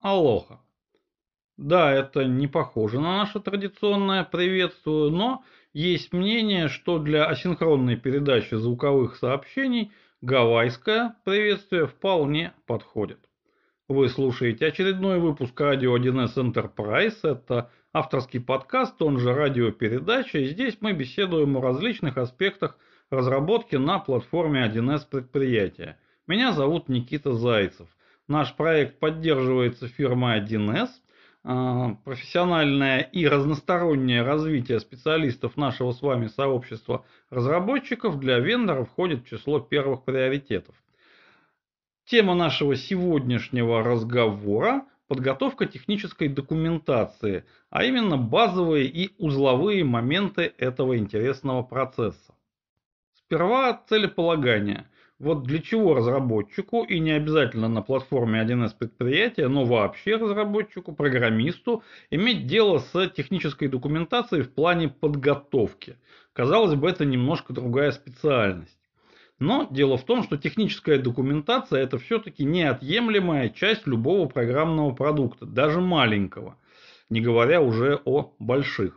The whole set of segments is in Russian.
Алоха. Да, это не похоже на наше традиционное приветствие, но есть мнение, что для асинхронной передачи звуковых сообщений гавайское приветствие вполне подходит. Вы слушаете очередной выпуск радио 1С Enterprise. Это авторский подкаст, он же радиопередача. И здесь мы беседуем о различных аспектах разработки на платформе 1С предприятия. Меня зовут Никита Зайцев. Наш проект поддерживается фирмой 1С. Профессиональное и разностороннее развитие специалистов нашего с вами сообщества разработчиков для вендора входит в число первых приоритетов. Тема нашего сегодняшнего разговора – подготовка технической документации, а именно базовые и узловые моменты этого интересного процесса. Сперва целеполагание. Вот для чего разработчику, и не обязательно на платформе 1С предприятия, но вообще разработчику, программисту, иметь дело с технической документацией в плане подготовки. Казалось бы, это немножко другая специальность. Но дело в том, что техническая документация – это все-таки неотъемлемая часть любого программного продукта, даже маленького, не говоря уже о больших.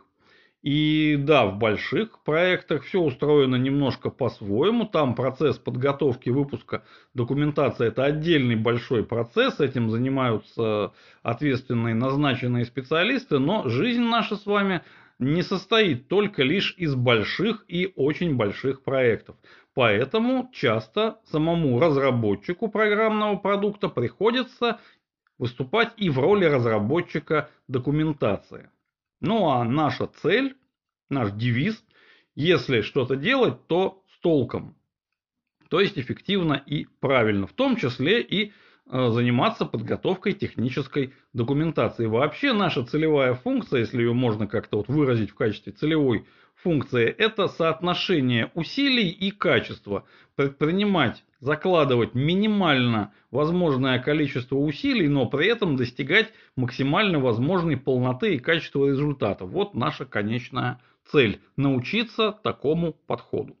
И да, в больших проектах все устроено немножко по-своему. Там процесс подготовки выпуска документации – это отдельный большой процесс. Этим занимаются ответственные назначенные специалисты. Но жизнь наша с вами не состоит только лишь из больших и очень больших проектов. Поэтому часто самому разработчику программного продукта приходится выступать и в роли разработчика документации. Ну а наша цель, наш девиз, если что-то делать, то с толком. То есть эффективно и правильно. В том числе и заниматься подготовкой технической документации. Вообще наша целевая функция, если ее можно как-то вот выразить в качестве целевой функции, это соотношение усилий и качества. Предпринимать, закладывать минимально возможное количество усилий, но при этом достигать максимально возможной полноты и качества результата. Вот наша конечная цель – научиться такому подходу.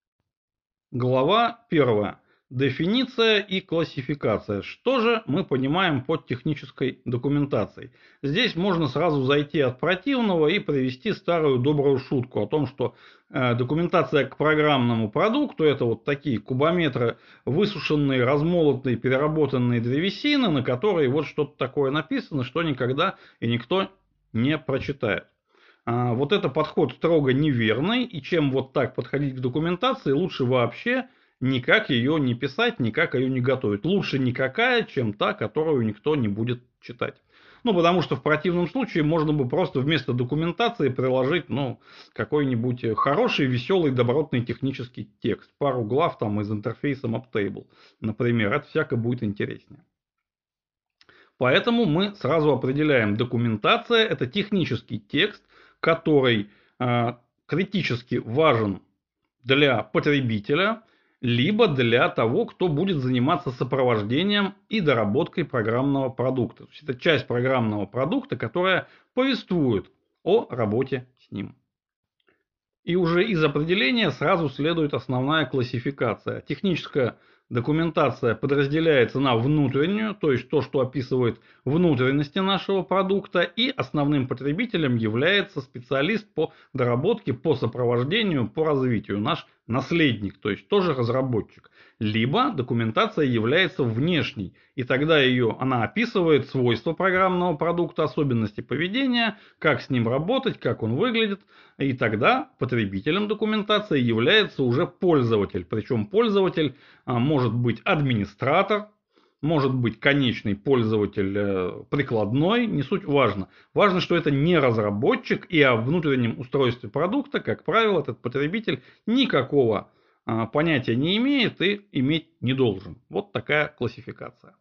Глава 1. Дефиниция и классификация. Что же мы понимаем под технической документацией? Здесь можно сразу зайти от противного и привести старую добрую шутку о том, что документация к программному продукту – это вот такие кубометры высушенные, размолотые, переработанные древесины, на которые вот что-то такое написано, что никогда и никто не прочитает. Вот это подход строго неверный, и чем вот так подходить к документации, лучше вообще никак ее не писать, никак ее не готовить. Лучше никакая, чем та, которую никто не будет читать. Ну, потому что в противном случае можно бы просто вместо документации приложить, какой-нибудь хороший, веселый, добротный технический текст. Пару глав там из интерфейса Maptable, например. Это всяко будет интереснее. Поэтому мы сразу определяем, документация – это технический текст, который критически важен для потребителя, либо для того, кто будет заниматься сопровождением и доработкой программного продукта. То есть это часть программного продукта, которая повествует о работе с ним. И уже из определения сразу следует основная классификация. Техническая документация подразделяется на внутреннюю, то есть то, что описывает внутренности нашего продукта, и основным потребителем является специалист по доработке, по сопровождению, по развитию, наш наследник, то есть тоже разработчик. Либо документация является внешней, и тогда она описывает свойства программного продукта, особенности поведения, как с ним работать, как он выглядит, и тогда потребителем документации является уже пользователь. Причем пользователь может быть администратор, может быть конечный пользователь прикладной, не суть важно. Важно, что это не разработчик, и о внутреннем устройстве продукта, как правило, этот потребитель никакого понятия не имеет и иметь не должен. Вот такая классификация.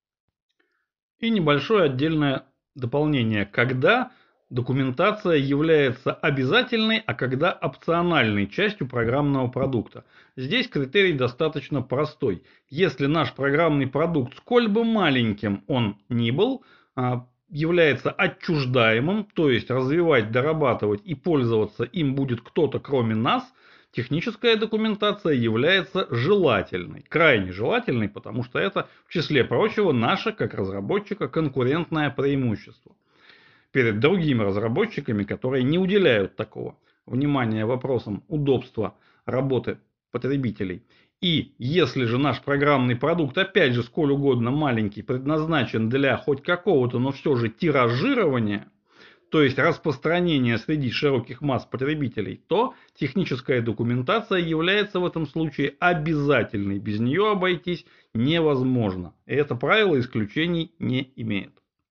И небольшое отдельное дополнение. Когда документация является обязательной, а когда опциональной частью программного продукта. Здесь критерий достаточно простой. Если наш программный продукт, сколь бы маленьким он ни был, является отчуждаемым, то есть развивать, дорабатывать и пользоваться им будет кто-то кроме нас, техническая документация является желательной, крайне желательной, потому что это, в числе прочего, наше, как разработчика, конкурентное преимущество перед другими разработчиками, которые не уделяют такого внимания вопросам удобства работы потребителей. И если же наш программный продукт, опять же, сколь угодно маленький, предназначен для хоть какого-то, но все же тиражирования, то есть распространения среди широких масс потребителей, то техническая документация является в этом случае обязательной. Без нее обойтись невозможно. И это правило исключений не имеет.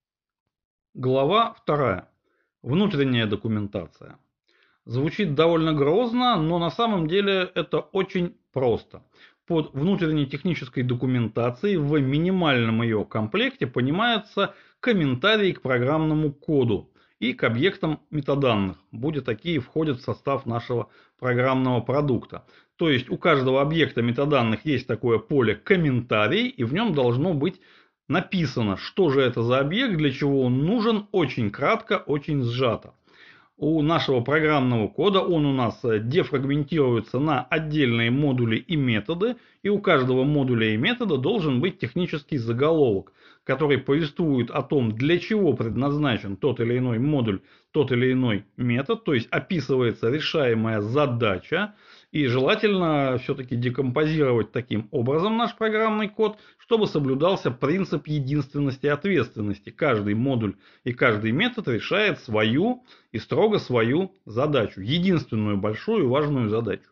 Глава 2. Внутренняя документация. Звучит довольно грозно, но на самом деле это очень просто. Под внутренней технической документацией в минимальном ее комплекте понимаются комментарии к программному коду и к объектам метаданных, будь такие входят в состав нашего программного продукта. То есть у каждого объекта метаданных есть такое поле комментарий, и в нем должно быть написано, что же это за объект, для чего он нужен, очень кратко, очень сжато. У нашего программного кода он у нас дефрагментируется на отдельные модули и методы, и у каждого модуля и метода должен быть технический заголовок, который повествует о том, для чего предназначен тот или иной модуль, тот или иной метод, то есть описывается решаемая задача, и желательно все-таки декомпозировать таким образом наш программный код, чтобы соблюдался принцип единственности и ответственности. Каждый модуль и каждый метод решает свою и строго свою задачу, единственную большую и важную задачу.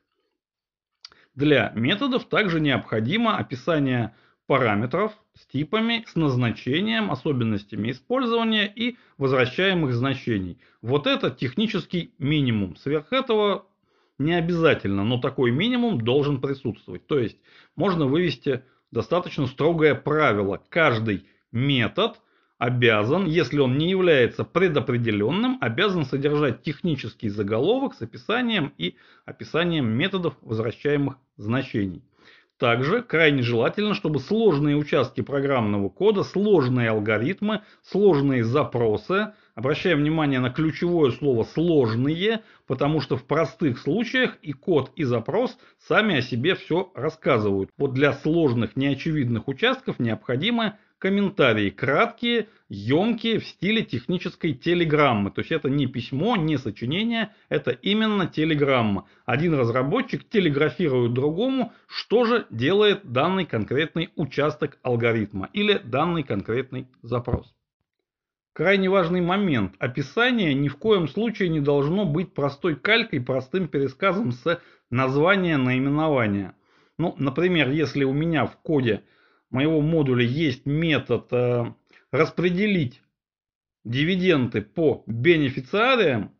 Для методов также необходимо описание параметров с типами, с назначением, особенностями использования и возвращаемых значений. Вот это технический минимум. Сверх этого не обязательно, но такой минимум должен присутствовать. То есть можно вывести достаточно строгое правило. Каждый метод обязан, если он не является предопределенным, обязан содержать технический заголовок с описанием и описанием методов возвращаемых значений. Также крайне желательно, чтобы сложные участки программного кода, сложные алгоритмы, сложные запросы, обращаем внимание на ключевое слово «сложные», потому что в простых случаях и код, и запрос сами о себе все рассказывают. Вот для сложных, неочевидных участков необходимы комментарии краткие, емкие, в стиле технической телеграммы. То есть это не письмо, не сочинение, это именно телеграмма. Один разработчик телеграфирует другому, что же делает данный конкретный участок алгоритма или данный конкретный запрос. Крайне важный момент. Описание ни в коем случае не должно быть простой калькой, простым пересказом с названия наименования. Ну, например, если у меня в коде моего модуля есть метод распределить дивиденды по бенефициариям,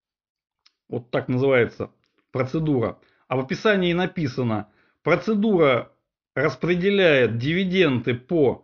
вот так называется процедура, а в описании написано: процедура распределяет дивиденды по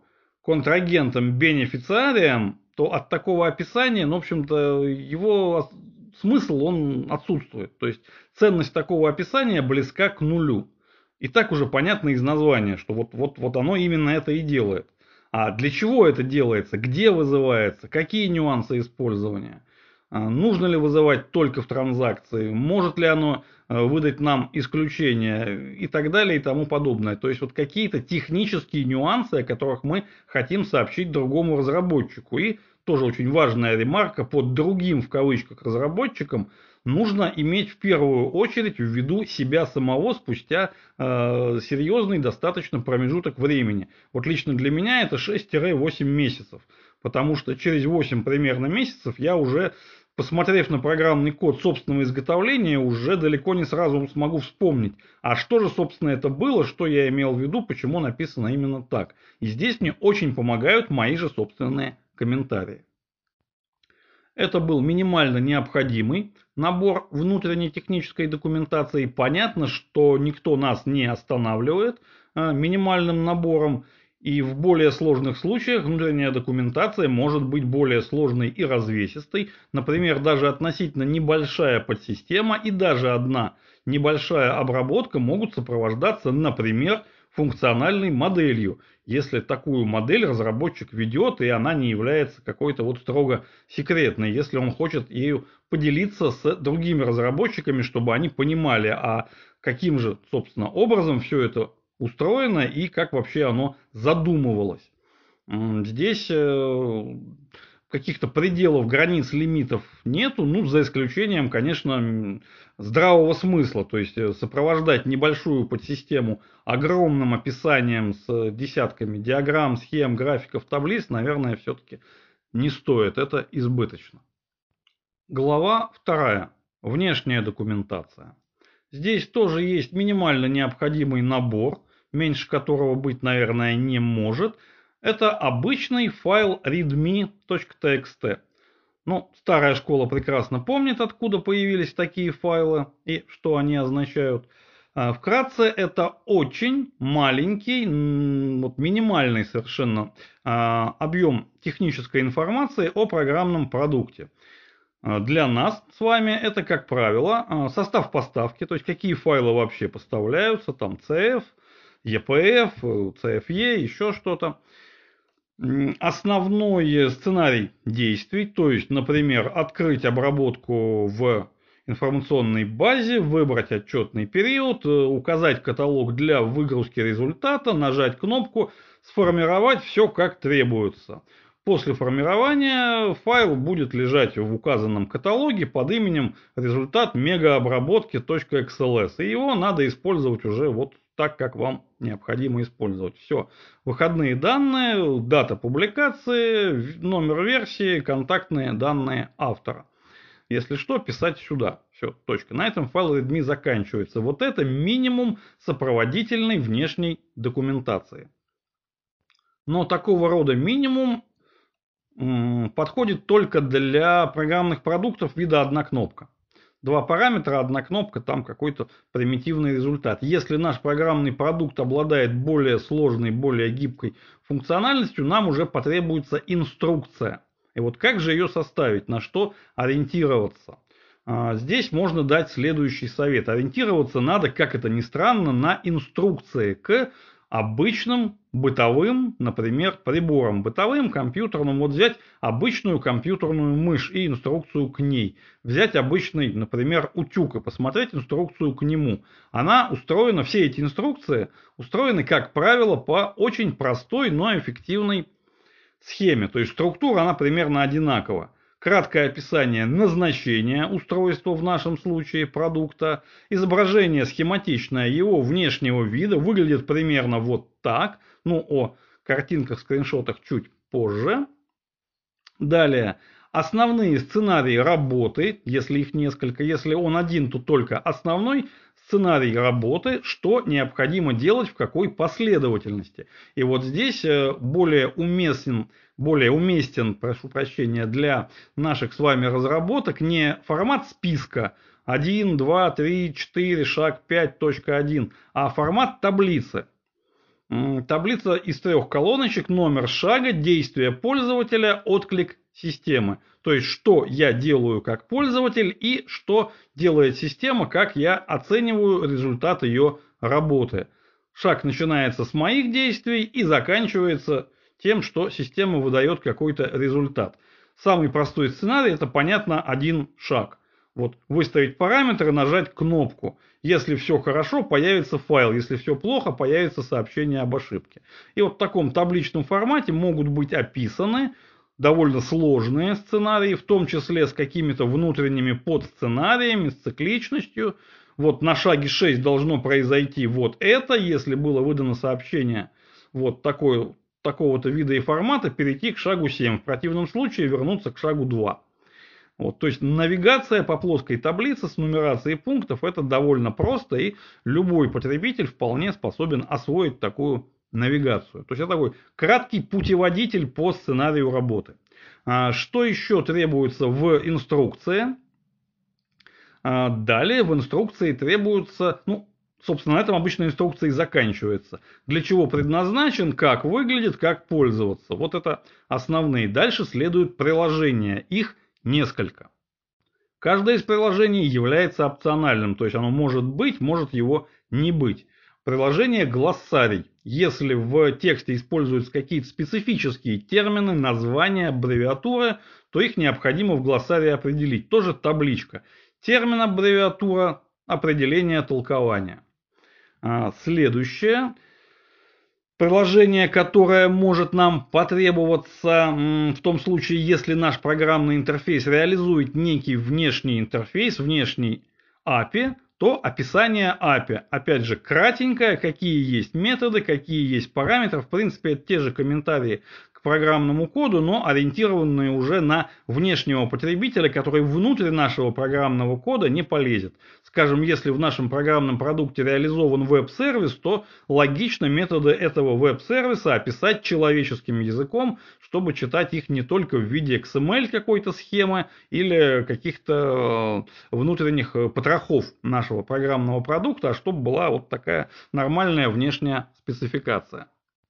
контрагентам-бенефициариям, то от такого описания, ну, в общем-то, его смысл, он отсутствует. То есть ценность такого описания близка к нулю. И так уже понятно из названия, что вот оно именно это и делает. А для чего это делается, где вызывается, какие нюансы использования, нужно ли вызывать только в транзакции, может ли оно выдать нам исключение и так далее и тому подобное. То есть вот какие-то технические нюансы, о которых мы хотим сообщить другому разработчику. И тоже очень важная ремарка: под другим в кавычках разработчиком нужно иметь в первую очередь в виду себя самого спустя серьезный достаточно промежуток времени. Вот лично для меня это 6-8 месяцев. Потому что через 8 примерно месяцев я уже, посмотрев на программный код собственного изготовления, уже далеко не сразу смогу вспомнить, а что же собственно это было, что я имел в виду, почему написано именно так. И здесь мне очень помогают мои же собственные комментарии. Это был минимально необходимый набор внутренней технической документации. Понятно, что никто нас не останавливает минимальным набором. И в более сложных случаях внутренняя документация может быть более сложной и развесистой. Например, даже относительно небольшая подсистема и даже одна небольшая обработка могут сопровождаться, например, функциональной моделью. Если такую модель разработчик ведет, и она не является какой-то вот строго секретной, если он хочет ею поделиться с другими разработчиками, чтобы они понимали, а каким же, собственно, образом все это устроено и как вообще оно задумывалось. Здесь каких-то пределов, границ, лимитов нету, ну, за исключением, конечно, здравого смысла. То есть сопровождать небольшую подсистему огромным описанием с десятками диаграмм, схем, графиков, таблиц, наверное, все-таки не стоит. Это избыточно. Глава 2. Внешняя документация. Здесь тоже есть минимально необходимый набор, меньше которого быть, наверное, не может. Это обычный файл readme.txt. Ну, старая школа прекрасно помнит, откуда появились такие файлы и что они означают. Вкратце, это очень маленький, вот минимальный совершенно объем технической информации о программном продукте. Для нас с вами это, как правило, состав поставки, то есть какие файлы вообще поставляются, там CF, EPF, CFE, еще что-то. Основной сценарий действий, то есть, например, открыть обработку в информационной базе, выбрать отчетный период, указать каталог для выгрузки результата, нажать кнопку, сформировать все как требуется. После формирования файл будет лежать в указанном каталоге под именем результат мегаобработки.xls. И его надо использовать уже вот так, как вам необходимо использовать. Все. Выходные данные, дата публикации, номер версии, контактные данные автора. Если что, писать сюда. Все, точка. На этом файл readme заканчивается. Вот это минимум сопроводительной внешней документации. Но такого рода минимум подходит только для программных продуктов вида одна кнопка. Два параметра, одна кнопка, там какой-то примитивный результат. Если наш программный продукт обладает более сложной, более гибкой функциональностью, нам уже потребуется инструкция. И вот как же ее составить, на что ориентироваться? Здесь можно дать следующий совет. Ориентироваться надо, как это ни странно, на инструкции к обычным бытовым, например, приборам. Бытовым, компьютерным. Вот взять обычную компьютерную мышь и инструкцию к ней. Взять обычный, например, утюг и посмотреть инструкцию к нему. Она устроена, все эти инструкции устроены, как правило, по очень простой, но эффективной схеме. То есть структура, она примерно одинакова. Краткое описание назначения устройства, в нашем случае продукта, изображение схематичное его внешнего вида, выглядит примерно вот так. Ну, о картинках, скриншотах чуть позже. Далее, основные сценарии работы, если их несколько, если он один, то только основной сценарий работы, что необходимо делать в какой последовательности. И вот здесь более уместен, прошу прощения, для наших с вами разработок не формат списка 1, 2, 3, 4, шаг 5.1, а формат таблицы. Таблица из 3 колоночек, номер шага, действие пользователя, отклик системы. То есть, что я делаю как пользователь и что делает система, как я оцениваю результат ее работы. Шаг начинается с моих действий и заканчивается тем, что система выдает какой-то результат. Самый простой сценарий — это, понятно, один шаг. Вот выставить параметры, нажать кнопку. Если все хорошо, появится файл. Если все плохо, появится сообщение об ошибке. И вот в таком табличном формате могут быть описаны довольно сложные сценарии, в том числе с какими-то внутренними подсценариями, с цикличностью. Вот на шаге 6 должно произойти вот это, если было выдано сообщение вот такого-то вида и формата, перейти к шагу 7. В противном случае вернуться к шагу 2. Вот, то есть навигация по плоской таблице с нумерацией пунктов — это довольно просто, и любой потребитель вполне способен освоить такую навигацию. То есть это такой краткий путеводитель по сценарию работы. Что еще требуется в инструкции? Далее в инструкции требуется, собственно, на этом обычно инструкция и заканчивается. Для чего предназначен, как выглядит, как пользоваться. Вот это основные. Дальше следуют приложения. Их несколько. Каждое из приложений является опциональным, то есть оно может быть, может его не быть. Приложение глоссарий. Если в тексте используются какие-то специфические термины, названия, аббревиатуры, то их необходимо в глоссарии определить. Тоже табличка. Термин аббревиатура, определение толкования. Следующее. Приложение, которое может нам потребоваться в том случае, если наш программный интерфейс реализует некий внешний интерфейс, внешний API, то описание API. Опять же, кратенькое, какие есть методы, какие есть параметры. В принципе, это те же комментарии к программному коду, но ориентированные уже на внешнего потребителя, который внутрь нашего программного кода не полезет. Скажем, если в нашем программном продукте реализован веб-сервис, то логично методы этого веб-сервиса описать человеческим языком, чтобы читать их не только в виде XML какой-то схемы или каких-то внутренних потрохов нашего программного продукта, а чтобы была вот такая нормальная внешняя спецификация.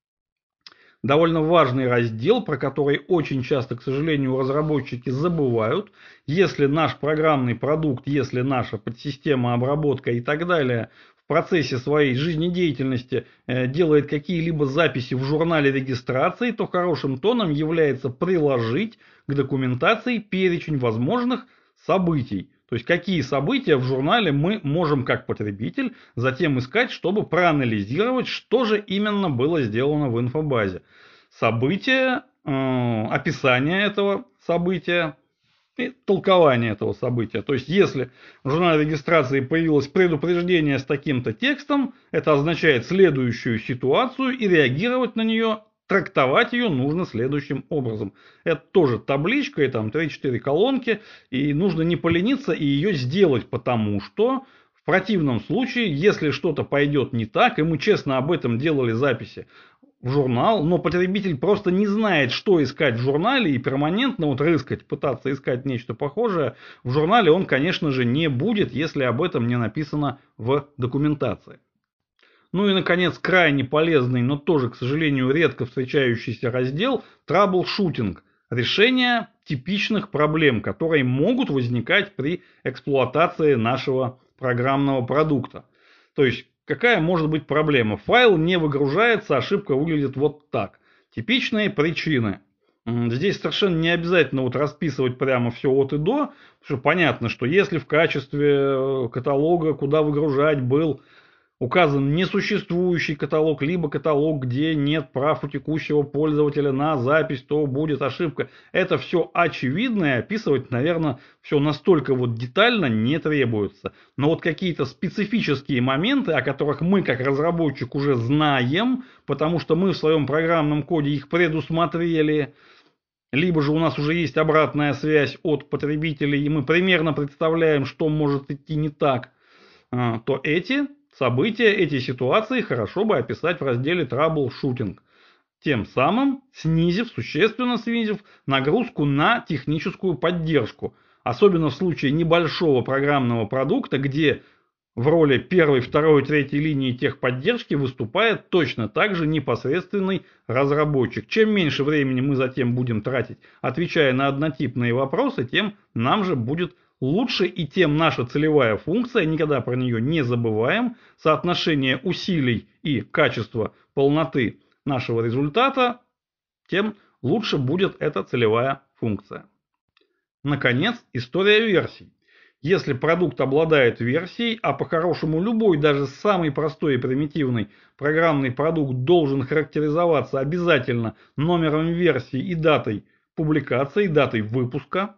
Довольно важный раздел, про который очень часто, к сожалению, разработчики забывают. Если наш программный продукт, если наша подсистема, обработка и так далее в процессе своей жизнедеятельности делает какие-либо записи в журнале регистрации, то хорошим тоном является приложить к документации перечень возможных событий. То есть, какие события в журнале мы можем как потребитель затем искать, чтобы проанализировать, что же именно было сделано в инфобазе. События, описание этого события и толкование этого события. То есть, если в журнале регистрации появилось предупреждение с таким-то текстом, это означает следующую ситуацию, и реагировать на нее, трактовать ее нужно следующим образом. Это тоже табличка, и там 3-4 колонки, и нужно не полениться и ее сделать, потому что в противном случае, если что-то пойдет не так, и мы честно об этом делали записи в журнал, но потребитель просто не знает, что искать в журнале, и перманентно вот рыскать, пытаться искать нечто похожее в журнале он, конечно же, не будет, если об этом не написано в документации. Ну и, наконец, крайне полезный, но тоже, к сожалению, редко встречающийся раздел troubleshooting. Решение типичных проблем, которые могут возникать при эксплуатации нашего программного продукта. То есть, какая может быть проблема? Файл не выгружается, ошибка выглядит вот так. Типичные причины. Здесь совершенно не обязательно вот расписывать прямо все от и до, потому что понятно, что если в качестве каталога, куда выгружать, был указан несуществующий каталог, либо каталог, где нет прав у текущего пользователя на запись, то будет ошибка. Это все очевидно, и описывать, наверное, все настолько вот детально не требуется. Но вот какие-то специфические моменты, о которых мы как разработчик уже знаем, потому что мы в своем программном коде их предусмотрели, либо же у нас уже есть обратная связь от потребителей, и мы примерно представляем, что может идти не так, то эти события, эти ситуации хорошо бы описать в разделе troubleshooting. Тем самым существенно снизив нагрузку на техническую поддержку. Особенно в случае небольшого программного продукта, где в роли первой, второй, третьей линии техподдержки выступает точно так же непосредственный разработчик. Чем меньше времени мы затем будем тратить, отвечая на однотипные вопросы, тем нам же будет лучше, и тем наша целевая функция, никогда про нее не забываем, соотношение усилий и качества полноты нашего результата, тем лучше будет эта целевая функция. Наконец, история версий. Если продукт обладает версией, а по-хорошему любой, даже самый простой и примитивный программный продукт должен характеризоваться обязательно номером версии и датой публикации, датой выпуска.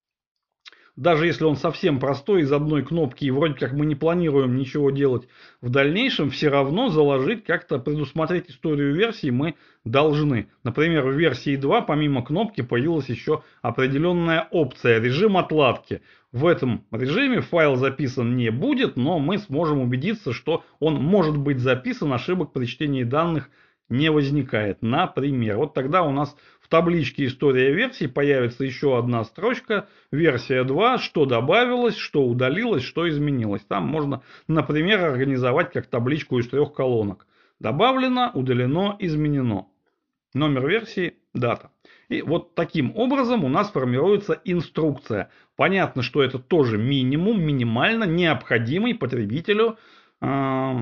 Даже если он совсем простой, из одной кнопки, и вроде как мы не планируем ничего делать в дальнейшем, все равно заложить, как-то предусмотреть историю версии мы должны. Например, в версии 2 помимо кнопки появилась еще определенная опция «Режим отладки». В этом режиме файл записан не будет, но мы сможем убедиться, что он может быть записан, ошибок при чтении данных не возникает. Например, вот тогда у нас в табличке «История версий» появится еще одна строчка, версия 2, что добавилось, что удалилось, что изменилось. Там можно, например, организовать как табличку из 3 колонок. Добавлено, удалено, изменено. Номер версии, дата. И вот таким образом у нас формируется инструкция. Понятно, что это тоже минимум, минимально необходимый потребителю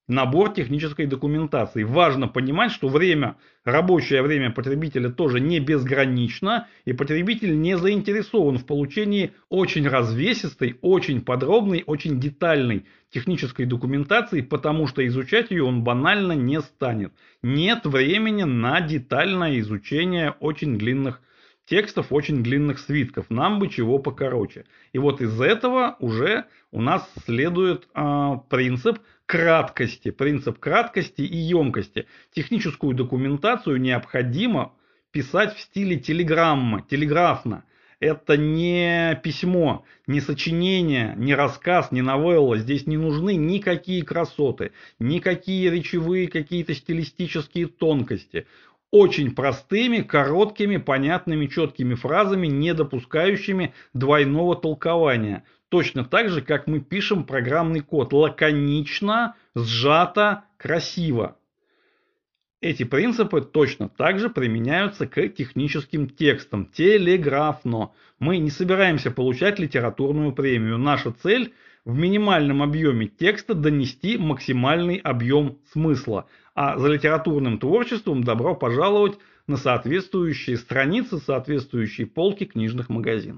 набор технической документации. Важно понимать, что рабочее время потребителя тоже не безгранично, и потребитель не заинтересован в получении очень развесистой, очень подробной, очень детальной технической документации, потому что изучать ее он банально не станет. Нет времени на детальное изучение очень длинных текстов, очень длинных свитков. Нам бы чего покороче. И вот из этого уже у нас следует принцип краткости и емкости. Техническую документацию необходимо писать в стиле телеграфно. Это не письмо, не сочинение, не рассказ, не новелла. Здесь не нужны никакие красоты, никакие речевые какие-то стилистические тонкости. Очень простыми, короткими, понятными, четкими фразами, не допускающими двойного толкования. Точно так же, как мы пишем программный код. Лаконично, сжато, красиво. Эти принципы точно так же применяются к техническим текстам. Телеграфно. Мы не собираемся получать литературную премию. Наша цель в минимальном объеме текста донести максимальный объем смысла. А за литературным творчеством добро пожаловать на соответствующие страницы, соответствующие полки книжных магазинов.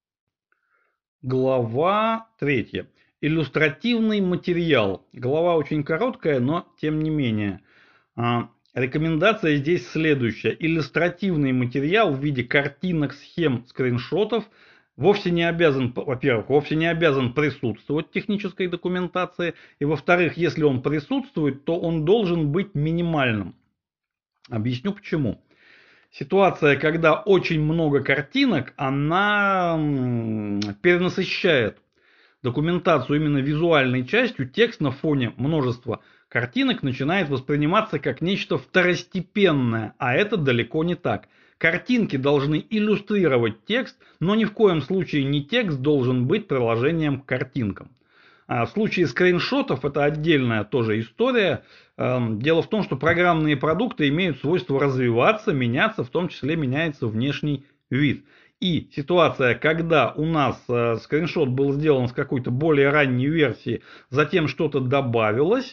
Глава 3. Иллюстративный материал. Глава очень короткая, но тем не менее. Рекомендация здесь следующая. Иллюстративный материал в виде картинок, схем, скриншотов вовсе не обязан, во-первых, вовсе не обязан присутствовать в технической документации. И во-вторых, если он присутствует, то он должен быть минимальным. Объясню почему. Ситуация, когда очень много картинок, она перенасыщает документацию именно визуальной частью. Текст на фоне множества картинок начинает восприниматься как нечто второстепенное, а это далеко не так. Картинки должны иллюстрировать текст, но ни в коем случае не текст должен быть приложением к картинкам. В случае скриншотов это отдельная тоже история. Дело в том, что программные продукты имеют свойство развиваться, меняться, в том числе меняется внешний вид. И ситуация, когда у нас скриншот был сделан с какой-то более ранней версии, затем что-то добавилось,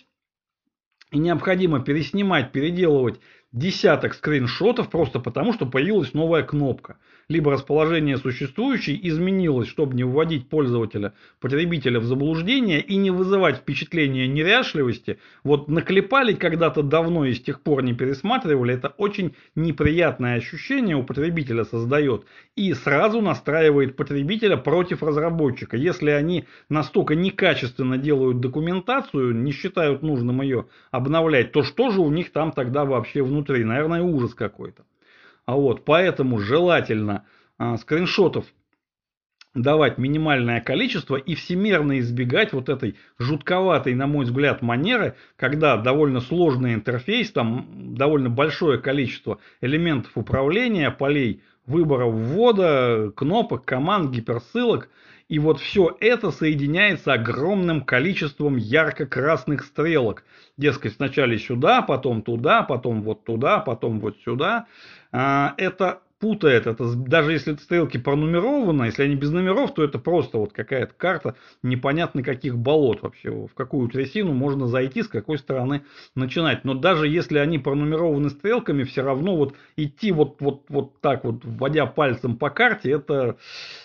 и необходимо переснимать, переделывать десяток скриншотов просто потому, что появилась новая кнопка. Либо расположение существующей изменилось, чтобы не вводить потребителя в заблуждение и не вызывать впечатление неряшливости. Вот наклепали когда-то давно и с тех пор не пересматривали. Это очень неприятное ощущение у потребителя создает. И сразу настраивает потребителя против разработчика. Если они настолько некачественно делают документацию, не считают нужным ее обновлять, то что же у них там тогда вообще внутри? Наверное, ужас какой-то. Поэтому желательно скриншотов давать минимальное количество и всемерно избегать вот этой жутковатой, на мой взгляд, манеры, когда довольно сложный интерфейс, там довольно большое количество элементов управления, полей выбора ввода, кнопок, команд, гиперссылок. И вот все это соединяется огромным количеством ярко-красных стрелок. Дескать, сначала сюда, потом туда, потом вот туда, потом вот сюда. Это путает. Это, даже если стрелки пронумерованы, если они без номеров, то это просто вот какая-то карта непонятно каких болот вообще. В какую трясину можно зайти, с какой стороны начинать. Но даже если они пронумерованы стрелками, все равно вот идти вот так вот, вводя пальцем по карте, это...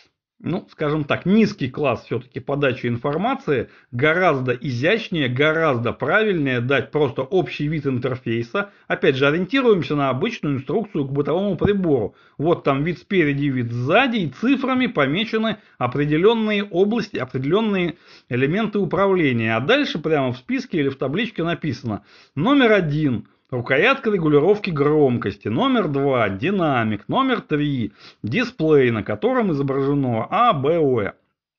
скажем так, низкий класс все-таки подачи информации, гораздо изящнее, гораздо правильнее дать просто общий вид интерфейса. Опять же, ориентируемся на обычную инструкцию к бытовому прибору. Вот там вид спереди, вид сзади, и цифрами помечены определенные области, определенные элементы управления. А дальше прямо в списке или в табличке написано: номер 1. Рукоятка регулировки громкости. Номер 2. Динамик. Номер 3. Дисплей, на котором изображено А, Б, О.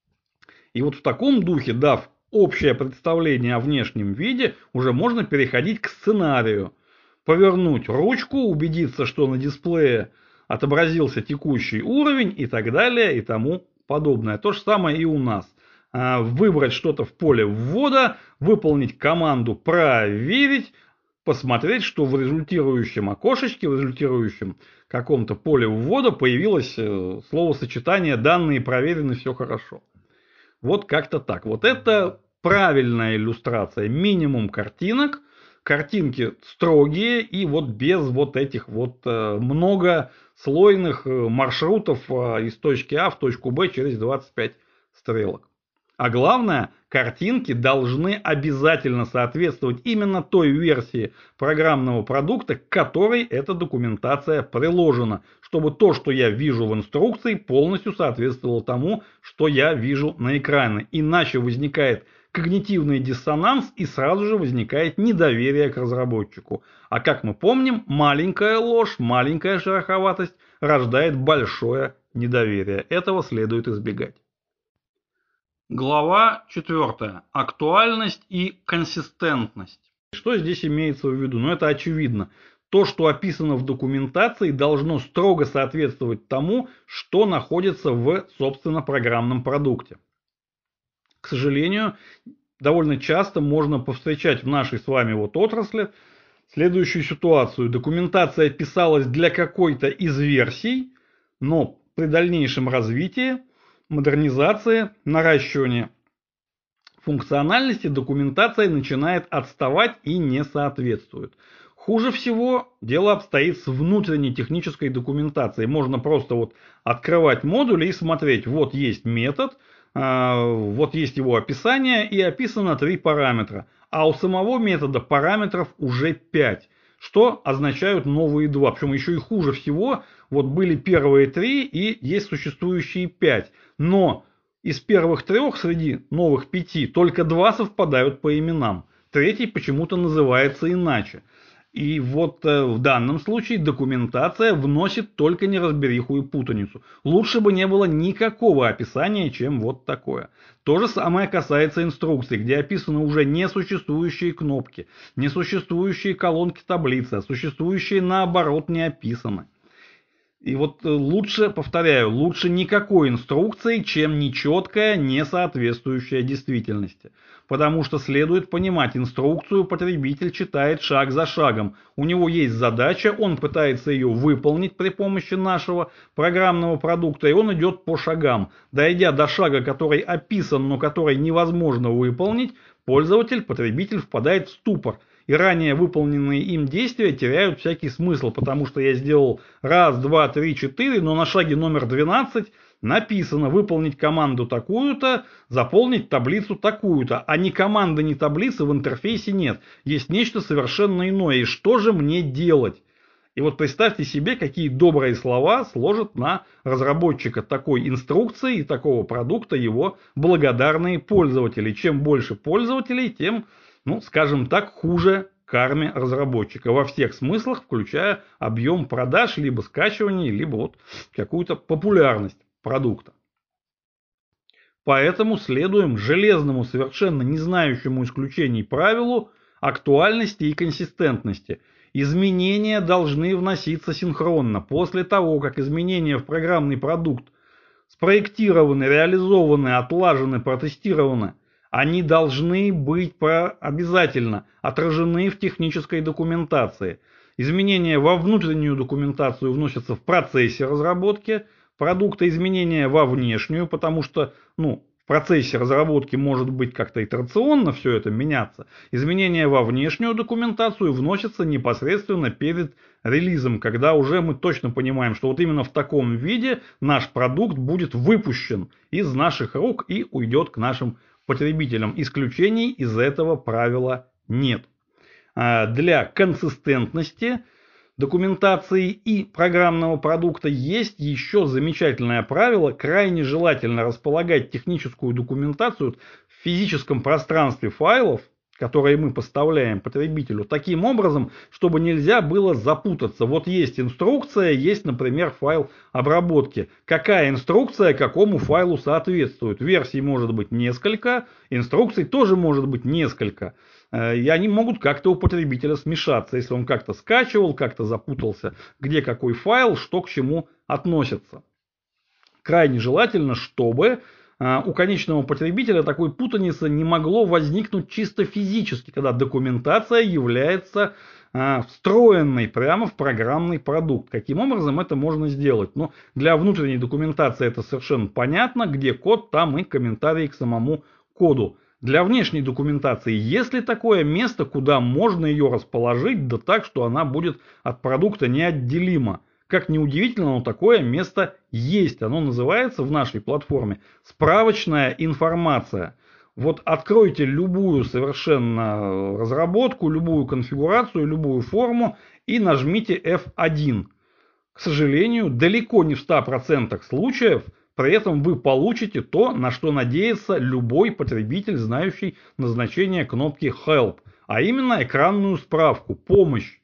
И вот в таком духе, дав общее представление о внешнем виде, уже можно переходить к сценарию. Повернуть ручку, убедиться, что на дисплее отобразился текущий уровень и так далее и тому подобное. То же самое и у нас. Выбрать что-то в поле ввода, выполнить команду «Проверить», посмотреть, что в результирующем окошечке, в результирующем каком-то поле ввода появилось словосочетание «данные проверены, все хорошо». Вот как-то так. Вот это правильная иллюстрация, минимум картинок, картинки строгие и вот без вот этих вот многослойных маршрутов из точки А в точку Б через 25 стрелок. А главное, картинки должны обязательно соответствовать именно той версии программного продукта, к которой эта документация приложена, чтобы то, что я вижу в инструкции, полностью соответствовало тому, что я вижу на экране. Иначе возникает когнитивный диссонанс и сразу же возникает недоверие к разработчику. А как мы помним, маленькая ложь, маленькая шероховатость рождает большое недоверие. Этого следует избегать. Глава 4. Актуальность и консистентность. Что здесь имеется в виду? Ну, это очевидно. То, что описано в документации, должно строго соответствовать тому, что находится в, собственно, программном продукте. К сожалению, довольно часто можно повстречать в нашей с вами вот отрасли следующую ситуацию. Документация писалась для какой-то из версий, но при дальнейшем развитии, модернизации, наращивании функциональности документация начинает отставать и не соответствует. Хуже всего дело обстоит с внутренней технической документацией. Можно просто вот открывать модули и смотреть, вот есть метод, вот есть его описание и описано 3 параметра. А у самого метода параметров уже 5. Что означают новые 2. Причем еще и хуже всего, вот были первые 3 и есть существующие 5. Но из первых 3 среди новых 5 только 2 совпадают по именам. Третий почему-то называется иначе. И вот в данном случае документация вносит только неразбериху и путаницу. Лучше бы не было никакого описания, чем вот такое. То же самое касается инструкций, где описаны уже несуществующие кнопки, несуществующие колонки таблицы, а существующие наоборот не описаны. И вот лучше, повторяю, лучше никакой инструкции, чем нечеткая, не соответствующая действительности. Потому что следует понимать, инструкцию потребитель читает шаг за шагом. У него есть задача, он пытается ее выполнить при помощи нашего программного продукта, и он идет по шагам. Дойдя до шага, который описан, но который невозможно выполнить, пользователь, потребитель впадает в ступор. И ранее выполненные им действия теряют всякий смысл, потому что я сделал 1, 2, 3, 4, но на шаге номер 12 написано выполнить команду такую-то, заполнить таблицу такую-то, а ни команды, ни таблицы в интерфейсе нет. Есть нечто совершенно иное. И что же мне делать? И вот представьте себе, какие добрые слова сложат на разработчика такой инструкции и такого продукта его благодарные пользователи. Чем больше пользователей, тем, ну, скажем так, хуже карме разработчика во всех смыслах, включая объем продаж, либо скачиваний, либо вот какую-то популярность продукта. Поэтому следуем железному, совершенно не знающему исключений правилу актуальности и консистентности. Изменения должны вноситься синхронно. После того, как изменения в программный продукт спроектированы, реализованы, отлажены, протестированы, они должны быть обязательно отражены в технической документации. Изменения во внутреннюю документацию вносятся в процессе разработки продукта, изменения во внешнюю, потому что в процессе разработки может быть как-то итерационно все это меняться. Изменения во внешнюю документацию вносятся непосредственно перед релизом, когда уже мы точно понимаем, что вот именно в таком виде наш продукт будет выпущен из наших рук и уйдет к нашим потребителям. Исключений из этого правила нет. Для консистентности документации и программного продукта есть еще замечательное правило. Крайне желательно располагать техническую документацию в физическом пространстве файлов, которые мы поставляем потребителю, таким образом, чтобы нельзя было запутаться. Вот есть инструкция, есть, например, файл обработки. Какая инструкция какому файлу соответствует? Версий может быть несколько, инструкций тоже может быть несколько. И они могут как-то у потребителя смешаться, если он как-то скачивал, как-то запутался, где какой файл, что к чему относится. Крайне желательно, чтобы у конечного потребителя такой путаницы не могло возникнуть чисто физически, когда документация является встроенной прямо в программный продукт. Каким образом это можно сделать? Но для внутренней документации это совершенно понятно, где код, там и комментарии к самому коду. Для внешней документации есть ли такое место, куда можно ее расположить, да так, что она будет от продукта неотделима? Как ни удивительно, но такое место есть. Оно называется в нашей платформе «Справочная информация». Вот откройте любую совершенно разработку, любую конфигурацию, любую форму и нажмите F1. К сожалению, далеко не в 100% случаев при этом вы получите то, на что надеется любой потребитель, знающий назначение кнопки Help, а именно экранную справку, помощь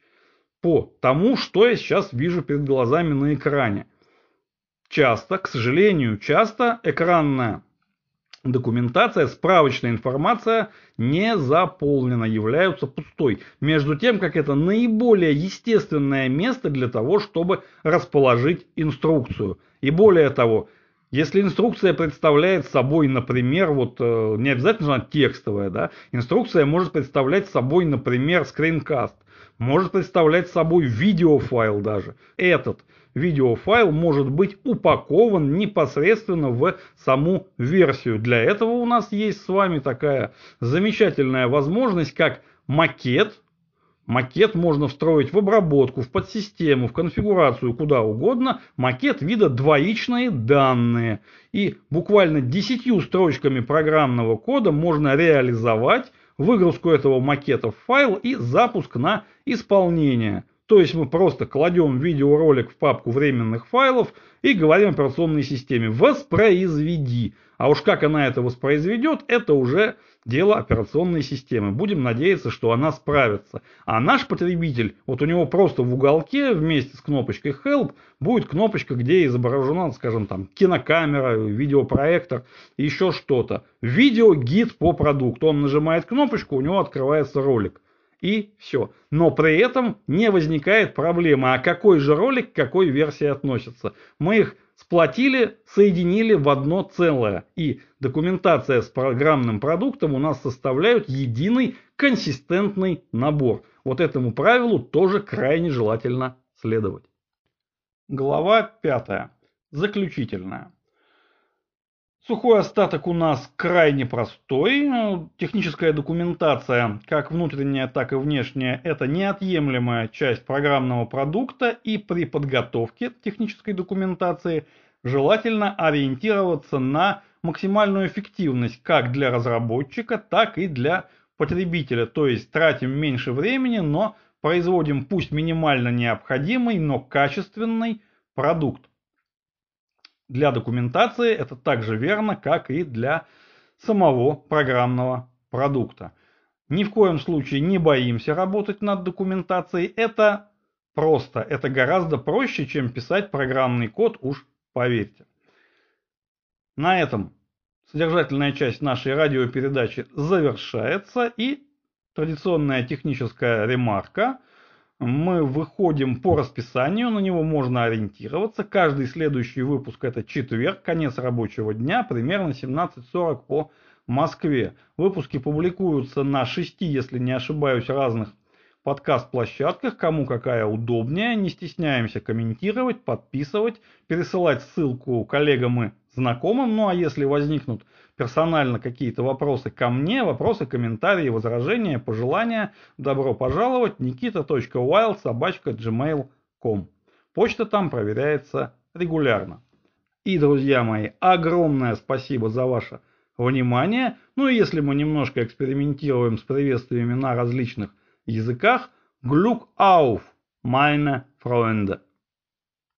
по тому, что я сейчас вижу перед глазами на экране. Часто, к сожалению, экранная документация, справочная информация не заполнена, являются пустой. Между тем, как это наиболее естественное место для того, чтобы расположить инструкцию. И более того, если инструкция представляет собой, например, не обязательно она текстовая, да, инструкция может представлять собой, например, скринкаст, может представлять собой видеофайл даже. Этот видеофайл может быть упакован непосредственно в саму версию. Для этого у нас есть с вами такая замечательная возможность, как макет. Макет можно встроить в обработку, в подсистему, в конфигурацию, куда угодно. Макет вида двоичные данные. И буквально 10 строчками программного кода можно реализовать выгрузку этого макета в файл и запуск на исполнение. То есть мы просто кладем видеоролик в папку временных файлов и говорим операционной системе «воспроизведи». А уж как она это воспроизведет, это уже дело операционной системы. Будем надеяться, что она справится. А наш потребитель, вот у него просто в уголке вместе с кнопочкой Help будет кнопочка, где изображена, скажем, там кинокамера, видеопроектор, еще что-то. Видеогид по продукту. Он нажимает кнопочку, у него открывается ролик. И все. Но при этом не возникает проблемы, а какой же ролик к какой версии относится. Мы их сплотили, соединили в одно целое. И документация с программным продуктом у нас составляют единый консистентный набор. Вот этому правилу тоже крайне желательно следовать. Глава 5. Заключительная. Сухой остаток у нас крайне простой. Техническая документация, как внутренняя, так и внешняя, это неотъемлемая часть программного продукта, и при подготовке технической документации желательно ориентироваться на максимальную эффективность как для разработчика, так и для потребителя. То есть тратим меньше времени, но производим пусть минимально необходимый, но качественный продукт. Для документации это также верно, как и для самого программного продукта. Ни в коем случае не боимся работать над документацией. Это просто, это гораздо проще, чем писать программный код, уж поверьте. На этом содержательная часть нашей радиопередачи завершается, и традиционная техническая ремарка. Мы выходим по расписанию, на него можно ориентироваться. Каждый следующий выпуск — это четверг, конец рабочего дня, примерно 17:40 по Москве. Выпуски публикуются на 6, если не ошибаюсь, разных подкаст-площадках, кому какая удобнее. Не стесняемся комментировать, подписывать, пересылать ссылку коллегам и знакомым. Ну а если возникнут персонально какие-то вопросы ко мне, вопросы, комментарии, возражения, пожелания, добро пожаловать, nikita.wild@gmail.com. Почта там проверяется регулярно. И, друзья мои, огромное спасибо за ваше внимание. Ну и если мы немножко экспериментируем с приветствиями на различных языках, Glück auf, meine Freunde.